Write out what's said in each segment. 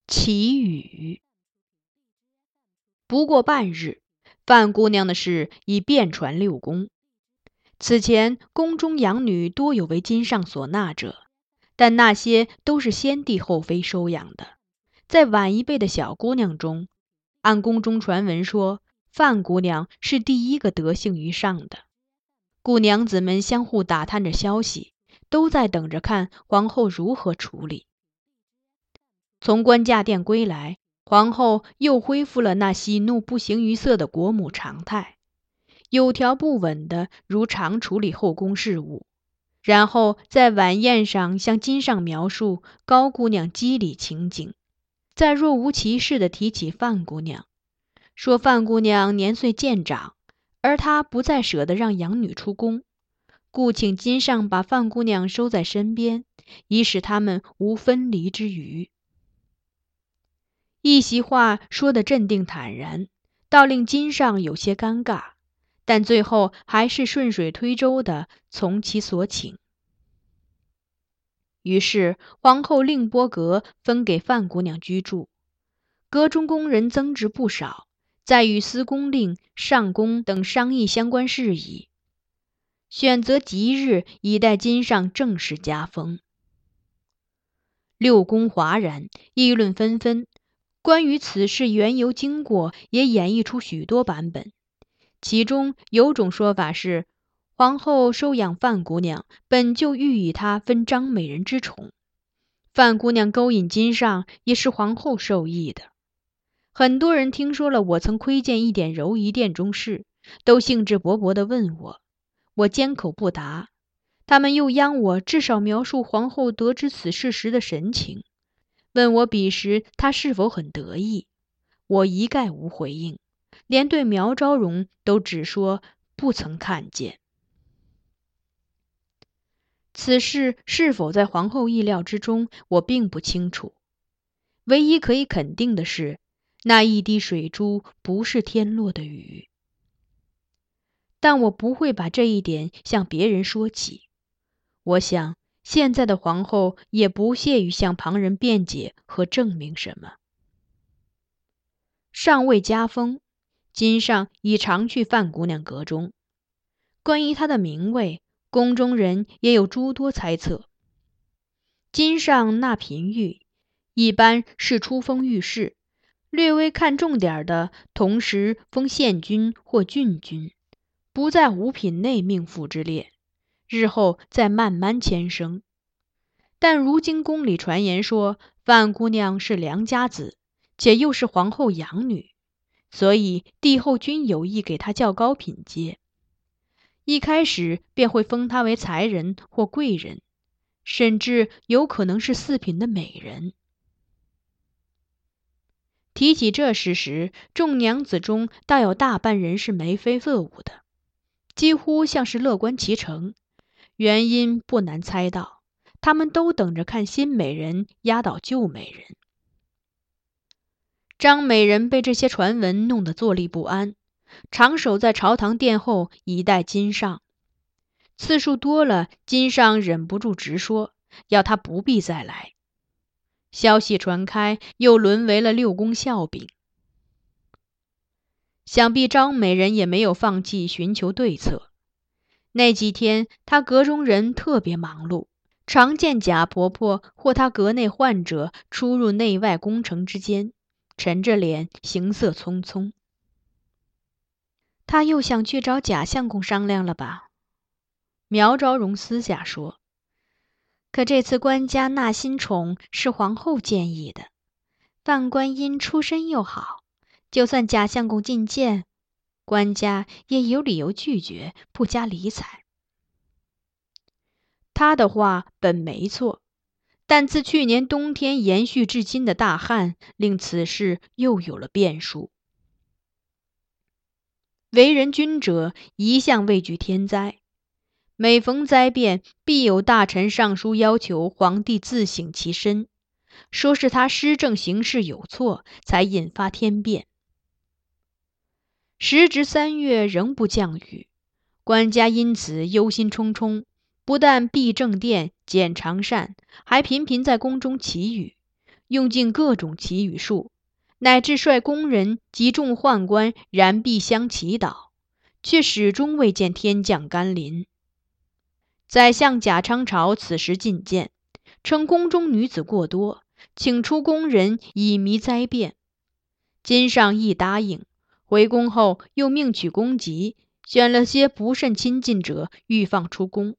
祈雨。不过半日，范姑娘的事已遍传六宫。此前宫中养女多有为金上所纳者，但那些都是先帝后妃收养的。在晚一辈的小姑娘中，按宫中传闻说，范姑娘是第一个得幸于上的。故娘子们相互打探着消息，都在等着看皇后如何处理。从官驾殿归来，皇后又恢复了那喜怒不形于色的国母常态，有条不紊的如常处理后宫事务，然后在晚宴上向金上描述高姑娘机理情景，再若无其事地提起范姑娘，说范姑娘年岁渐长，而她不再舍得让养女出宫，故请金上把范姑娘收在身边，以使他们无分离之虞。一席话说得镇定坦然，倒令金上有些尴尬，但最后还是顺水推舟地从其所请。于是皇后令拨阁分给范姑娘居住，阁中宫人增值不少，在与司宫令、上宫等商议相关事宜，选择吉日以待金上正式加封。六宫哗然，议论纷纷，关于此事缘由经过也演绎出许多版本。其中有种说法是，皇后收养范姑娘本就欲以她分张美人之宠，范姑娘勾引金上也是皇后授意的。很多人听说了我曾窥见一点柔仪殿中事，都兴致勃勃地问我缄口不答。他们又央我至少描述皇后得知此事时的神情，问我彼时她是否很得意。我一概无回应，连对苗昭容都只说不曾看见。此事是否在皇后意料之中，我并不清楚。唯一可以肯定的是，那一滴水珠不是天落的雨。但我不会把这一点向别人说起。我想现在的皇后也不屑于向旁人辩解和证明什么。尚未加封，金上已常去范姑娘阁中。关于她的名位，宫中人也有诸多猜测。金上纳嫔御，一般是出封御史，略微看重点的，同时封县君或郡君，不在五品内命妇之列，日后再慢慢迁升。但如今宫里传言说范姑娘是良家子，且又是皇后养女，所以帝后均有意给她较高品阶，一开始便会封她为才人或贵人，甚至有可能是四品的美人。提起这事时，众娘子中大有大半人是眉飞色舞的，几乎像是乐观其成。原因不难猜到，他们都等着看新美人压倒旧美人。张美人被这些传闻弄得坐立不安，常守在朝堂殿后以待金上。次数多了，金上忍不住直说，要他不必再来。消息传开，又沦为了六宫笑柄。想必张美人也没有放弃寻求对策。那几天，她阁中人特别忙碌，常见贾婆婆或她阁内患者出入内外宫城之间，沉着脸，行色匆匆。她又想去找贾相公商量了吧？苗昭容私下说。可这次官家纳新宠是皇后建议的，范观音出身又好，就算贾相公进谏，官家也有理由拒绝，不加理睬。他的话本没错，但自去年冬天延续至今的大旱，令此事又有了变数。为人君者一向畏惧天灾，每逢灾变，必有大臣上书要求皇帝自省其身，说是他施政行事有错，才引发天变。时值3月仍不降雨，官家因此忧心忡忡，不但避正殿、检常善，还频频在宫中祈雨， 用尽各种奇语术，乃至率宫人及众宦官燃壁香祈祷，却始终未见天降甘霖。宰相贾昌朝此时进谏，称宫中女子过多，请出宫人以弥灾变。金上亦答应，回宫后又命取宫籍，选了些不甚亲近者欲放出宫。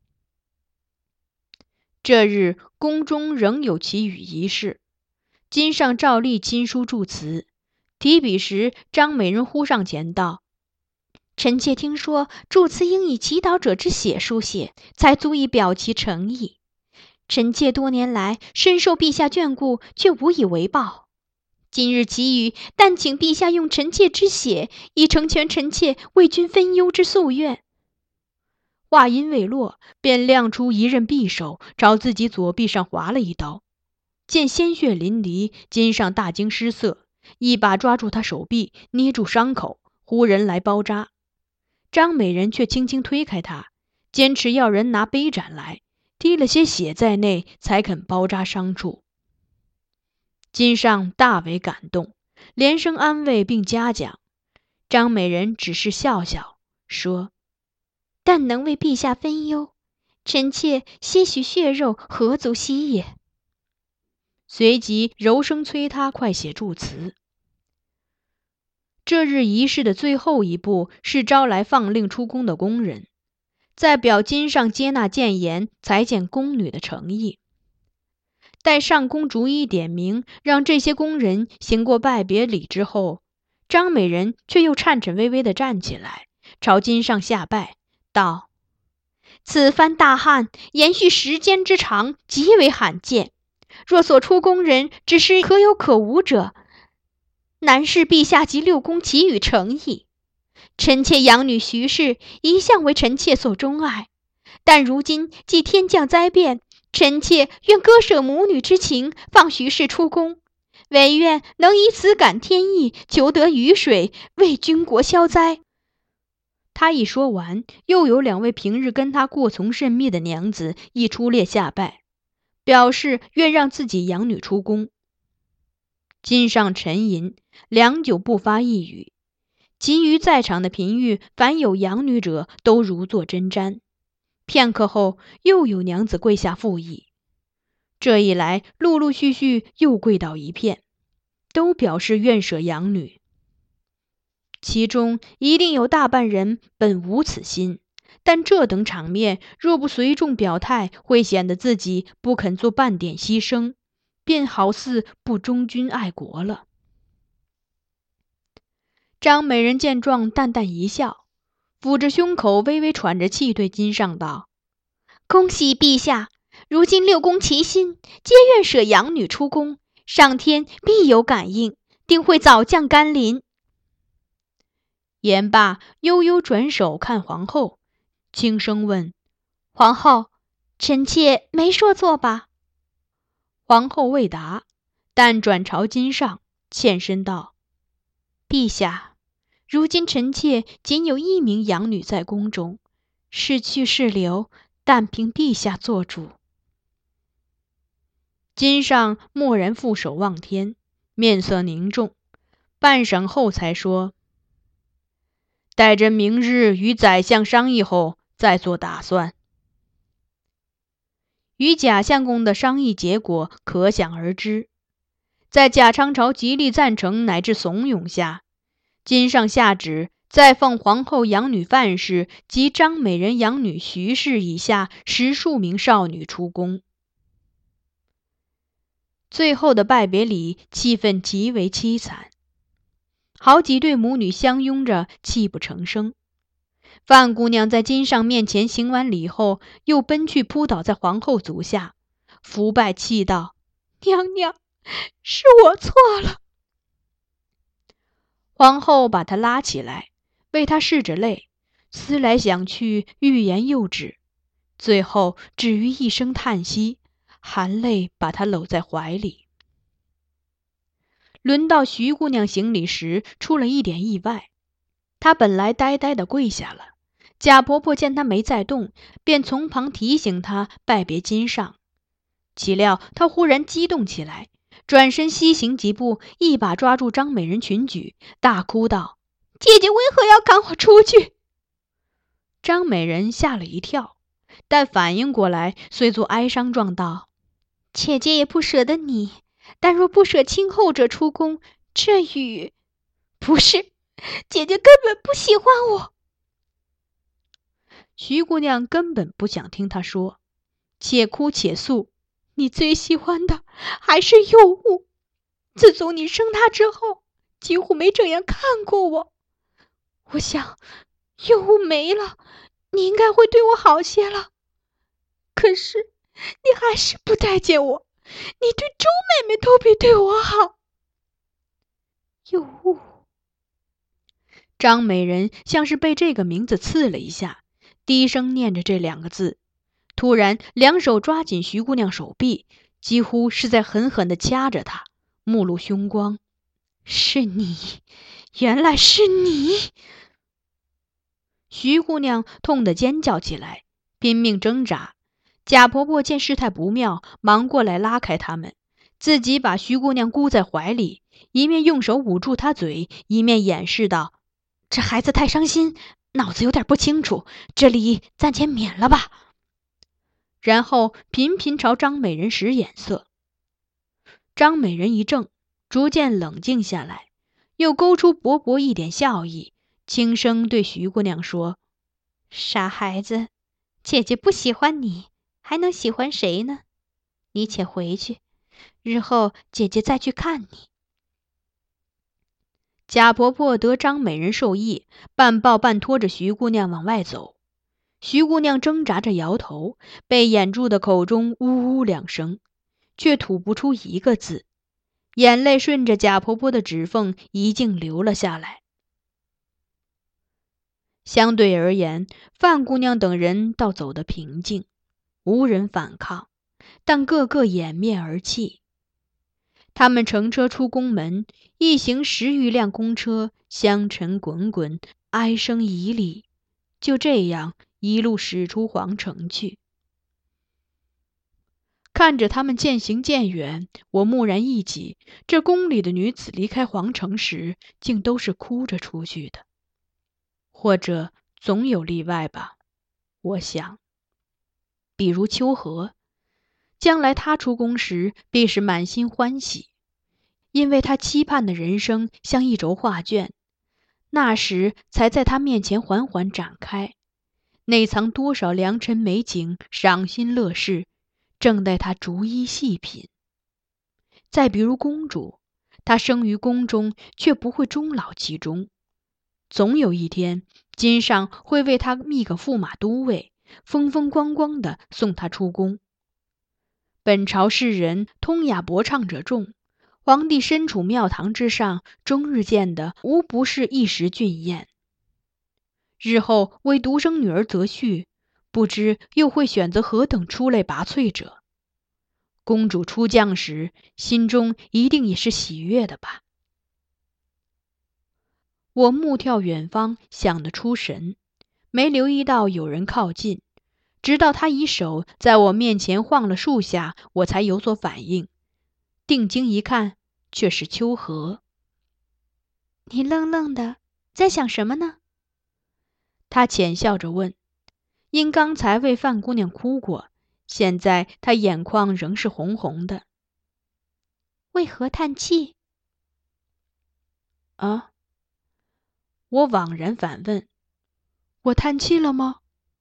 这日宫中仍有祈雨仪式，金上照例亲书祝词，提笔时张美人忽上前道：“臣妾听说祝词应以祈祷者之血书写，才足以表其诚意。臣妾多年来深受陛下眷顾，却无以为报。今日祈雨，但请陛下用臣妾之血，以成全臣妾为君分忧之夙愿。”话音未落，便亮出一刃匕首，朝自己左臂上划了一刀。见鲜血淋漓，金上大惊失色，一把抓住他手臂，捏住伤口，呼人来包扎。张美人却轻轻推开他，坚持要人拿杯盏来，滴了些血在内，才肯包扎伤处。金上大为感动，连声安慰并嘉奖。张美人只是笑笑，说：“但能为陛下分忧，臣妾些许血肉何足惜也。”随即柔声催他快写祝词。这日仪式的最后一步是招来放令出宫的宫人，在表金上接纳谏言，才见宫女的诚意。待上宫逐一点名，让这些宫人行过拜别礼之后，张美人却又颤颤巍巍地站起来，朝金上下拜，道：“此番大旱，延续时间之长，极为罕见。若所出宫人只是可有可无者，难视陛下及六宫给予诚意。臣妾养女徐氏一向为臣妾所钟爱，但如今既天降灾变，臣妾愿割舍母女之情，放徐氏出宫，唯愿能以此感天意，求得雨水，为军国消灾。”他一说完，又有2位平日跟他过从甚密的娘子一出列下拜，表示愿让自己养女出宫。金上沉吟，良久不发一语，其余在场的嫔御凡有养女者都如坐针毡。片刻后，又有娘子跪下附议。这一来，陆陆续续又跪倒一片，都表示愿舍养女。其中一定有大半人本无此心，但这等场面若不随众表态，会显得自己不肯做半点牺牲，便好似不忠君爱国了。张美人见状，淡淡一笑，抚着胸口，微微喘着气，对金上道：“恭喜陛下，如今六宫齐心，皆愿舍养女出宫，上天必有感应，定会早降甘霖。”言罢，悠悠转手看皇后，轻声问：“皇后，臣妾没说错吧？”皇后未答，但转朝金上，欠身道：“陛下，如今臣妾仅有1名养女在宫中，是去是留，但凭陛下做主。”金上蓦然负手望天，面色凝重，半晌后才说：“待朕明日与宰相商议后再做打算。”与贾相公的商议结果可想而知。在贾昌朝极力赞成乃至怂恿下，金上下旨再奉皇后养女范氏及张美人养女徐氏以下10数名少女出宫。最后的拜别礼气氛极为凄惨，好几对母女相拥着泣不成声。范姑娘在金上面前行完礼后，又奔去扑倒在皇后足下，伏拜泣道：“娘娘，是我错了。”皇后把她拉起来，为她拭着泪，思来想去，欲言又止，最后止于一声叹息，含泪把她搂在怀里。轮到徐姑娘行礼时，出了一点意外。她本来呆呆地跪下了，贾婆婆见她没再动，便从旁提醒她拜别金上。岂料她忽然激动起来， 转身西行几步，一把抓住张美人裙裾，大哭道：“姐姐为何要赶我出去？”张美人吓了一跳，但反应过来，遂作哀伤状道：“姐姐也不舍得你，但若不舍亲后者出宫，这与……不是，姐姐根本不喜欢我。”徐姑娘根本不想听她说，且哭且诉：“你最喜欢的还是幼物，自从你生他之后，几乎没这样看过我。我想，幼物没了，你应该会对我好些了。可是，你还是不待见我，你对周妹妹都比对我好。”幼物。张美人像是被这个名字刺了一下，低声念着这2个字，突然两手抓紧徐姑娘手臂，几乎是在狠狠地掐着她，目露凶光。“是你，原来是你！”徐姑娘痛得尖叫起来，拼命挣扎。贾婆婆见事态不妙，忙过来拉开他们，自己把徐姑娘箍在怀里，一面用手捂住她嘴，一面掩饰道：“这孩子太伤心，脑子有点不清楚，这里暂且免了吧。”然后频频朝张美人使眼色。张美人一怔，逐渐冷静下来，又勾出薄薄一点笑意，轻声对徐姑娘说：“傻孩子，姐姐不喜欢你，还能喜欢谁呢？你且回去，日后姐姐再去看你。”贾婆婆得张美人授意，半抱半拖着徐姑娘往外走。徐姑娘挣扎着摇头，被掩住的口中呜呜2声，却吐不出一个字，眼泪顺着贾婆婆的指缝一径流了下来。相对而言，范姑娘等人倒走得平静，无人反抗，但个个掩面而泣。他们乘车出宫门，一行10余辆公车，香尘滚滚，哀声旖旎，就这样一路驶出皇城去。看着他们渐行渐远，我蓦然忆起，这宫里的女子离开皇城时，竟都是哭着出去的。或者总有例外吧，我想。比如秋荷，将来她出宫时必是满心欢喜，因为她期盼的人生像一轴画卷，那时才在她面前缓缓展开，内藏多少良辰美景、赏心乐事，正待她逐一细品。再比如公主，她生于宫中，却不会终老其中，总有一天，金上会为她觅个驸马都尉，风风光光地送她出宫。本朝士人通雅博唱者众，皇帝身处庙堂之上，终日见的无不是一时俊艳。日后为独生女儿择婿，不知又会选择何等出类拔萃者。公主出降时，心中一定也是喜悦的吧。我目眺远方，想得出神，没留意到有人靠近，直到他以手在我面前晃了数下，我才有所反应。定睛一看，却是秋荷。“你愣愣的，在想什么呢？”他浅笑着问。因刚才为范姑娘哭过，现在她眼眶仍是红红的。“为何叹气？”“啊？”我惘然反问：“我叹气了吗？”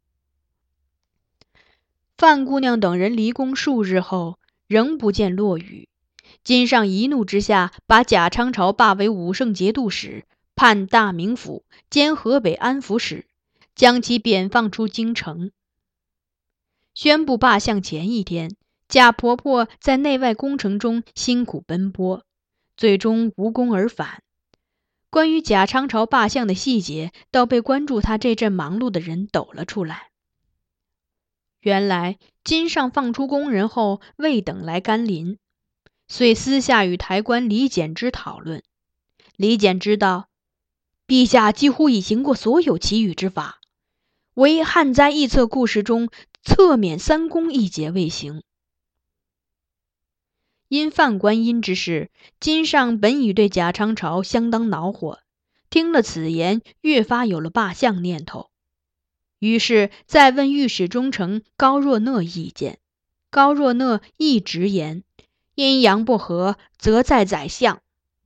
范姑娘等人离宫数日后，仍不见落雨。金上一怒之下，把贾昌朝罢为武圣节度使，判大名府兼河北安抚使，将其贬放出京城。宣布罢相前一天，贾婆婆在内外工程中辛苦奔波，最终无功而返。关于贾昌朝罢相的细节，倒被关注他这阵忙碌的人抖了出来。原来金上放出宫人后，未等来甘霖，遂私下与台官李简之讨论。李简之道：“陛下几乎已行过所有祈雨之法，唯旱灾异策故事中侧免3公一节未行。” 因犯观音之事，金上本已对贾昌朝相当恼火，听了此言，越发有了罢相念头。于是再问御史中丞高若讷意见，高若讷亦直言，阴阳不和，则在宰相。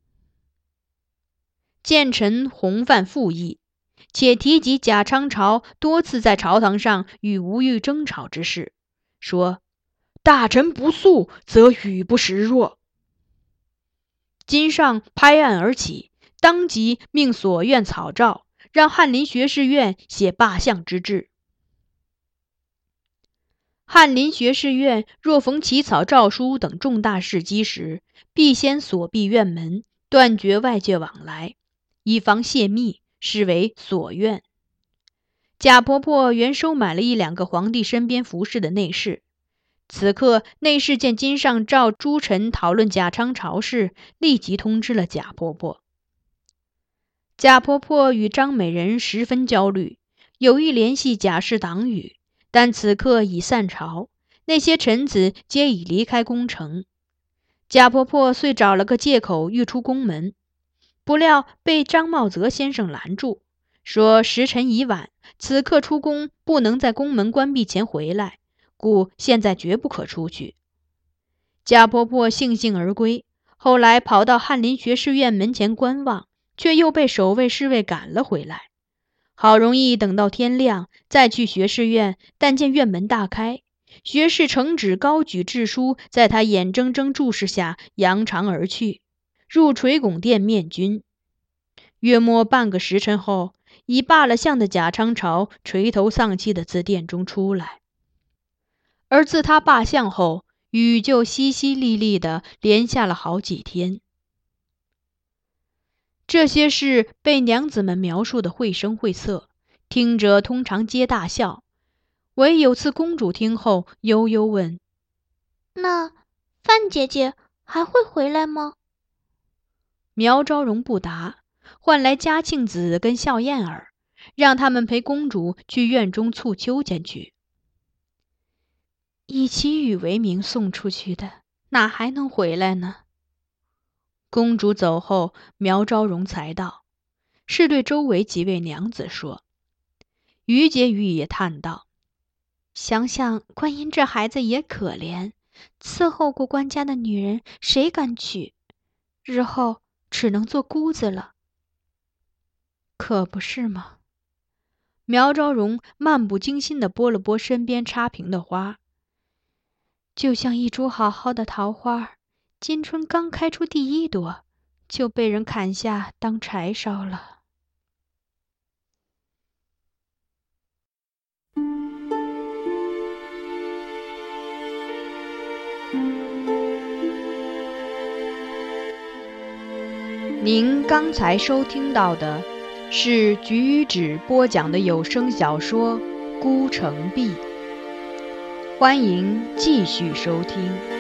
见臣洪范复议，且提及贾昌朝多次在朝堂上与吴玉争吵之事，说大臣不肃，则语不实若。金上拍案而起，当即命所院草诏，让翰林学士院写罢相之制。翰林学士院若逢起草诏书等重大事机时，必先锁闭院门，断绝外界往来，以防泄密，视为锁院。贾婆婆原收买了1-2个皇帝身边服侍的内侍，此刻内侍见金上召诸臣讨论贾昌朝事，立即通知了贾婆婆。贾婆婆与张美人十分焦虑，有意联系贾氏党羽，但此刻已散朝，那些臣子皆已离开宫城。贾婆婆遂找了个借口欲出宫门，不料被张茂泽先生拦住，说时辰已晚，此刻出宫不能在宫门关闭前回来，故现在绝不可出去。贾婆婆悻悻而归，后来跑到翰林学士院门前观望，却又被守卫侍卫赶了回来。好容易等到天亮，再去学士院，但见院门大开，学士承旨高举制书，在他眼睁睁注视下扬长而去，入垂拱殿面君。约莫半个时辰后，已罢了相的贾昌朝垂头丧气地自殿中出来。而自他罢相后，雨就淅淅沥沥地连下了好几天。这些事被娘子们描述得绘声绘色，听者通常皆大笑，唯有次公主听后悠悠问： 那范姐姐还会回来吗？ 苗昭容不答，唤来嘉庆子跟笑燕儿，让他们陪公主去院中簇秋千去。以其语为名送出去的，哪还能回来呢？公主走后，苗昭容才道，是对周围几位娘子说。于婕妤也叹道：想想观音这孩子也可怜，伺候过官家的女人谁敢娶？日后只能做姑子了。可不是吗？苗昭容漫不经心地拨了拨身边插屏的花，就像一株好好的桃花，今春刚开出第1朵，就被人砍下当柴烧了。您刚才收听到的是菊与纸播讲的有声小说《孤城闭》，欢迎继续收听。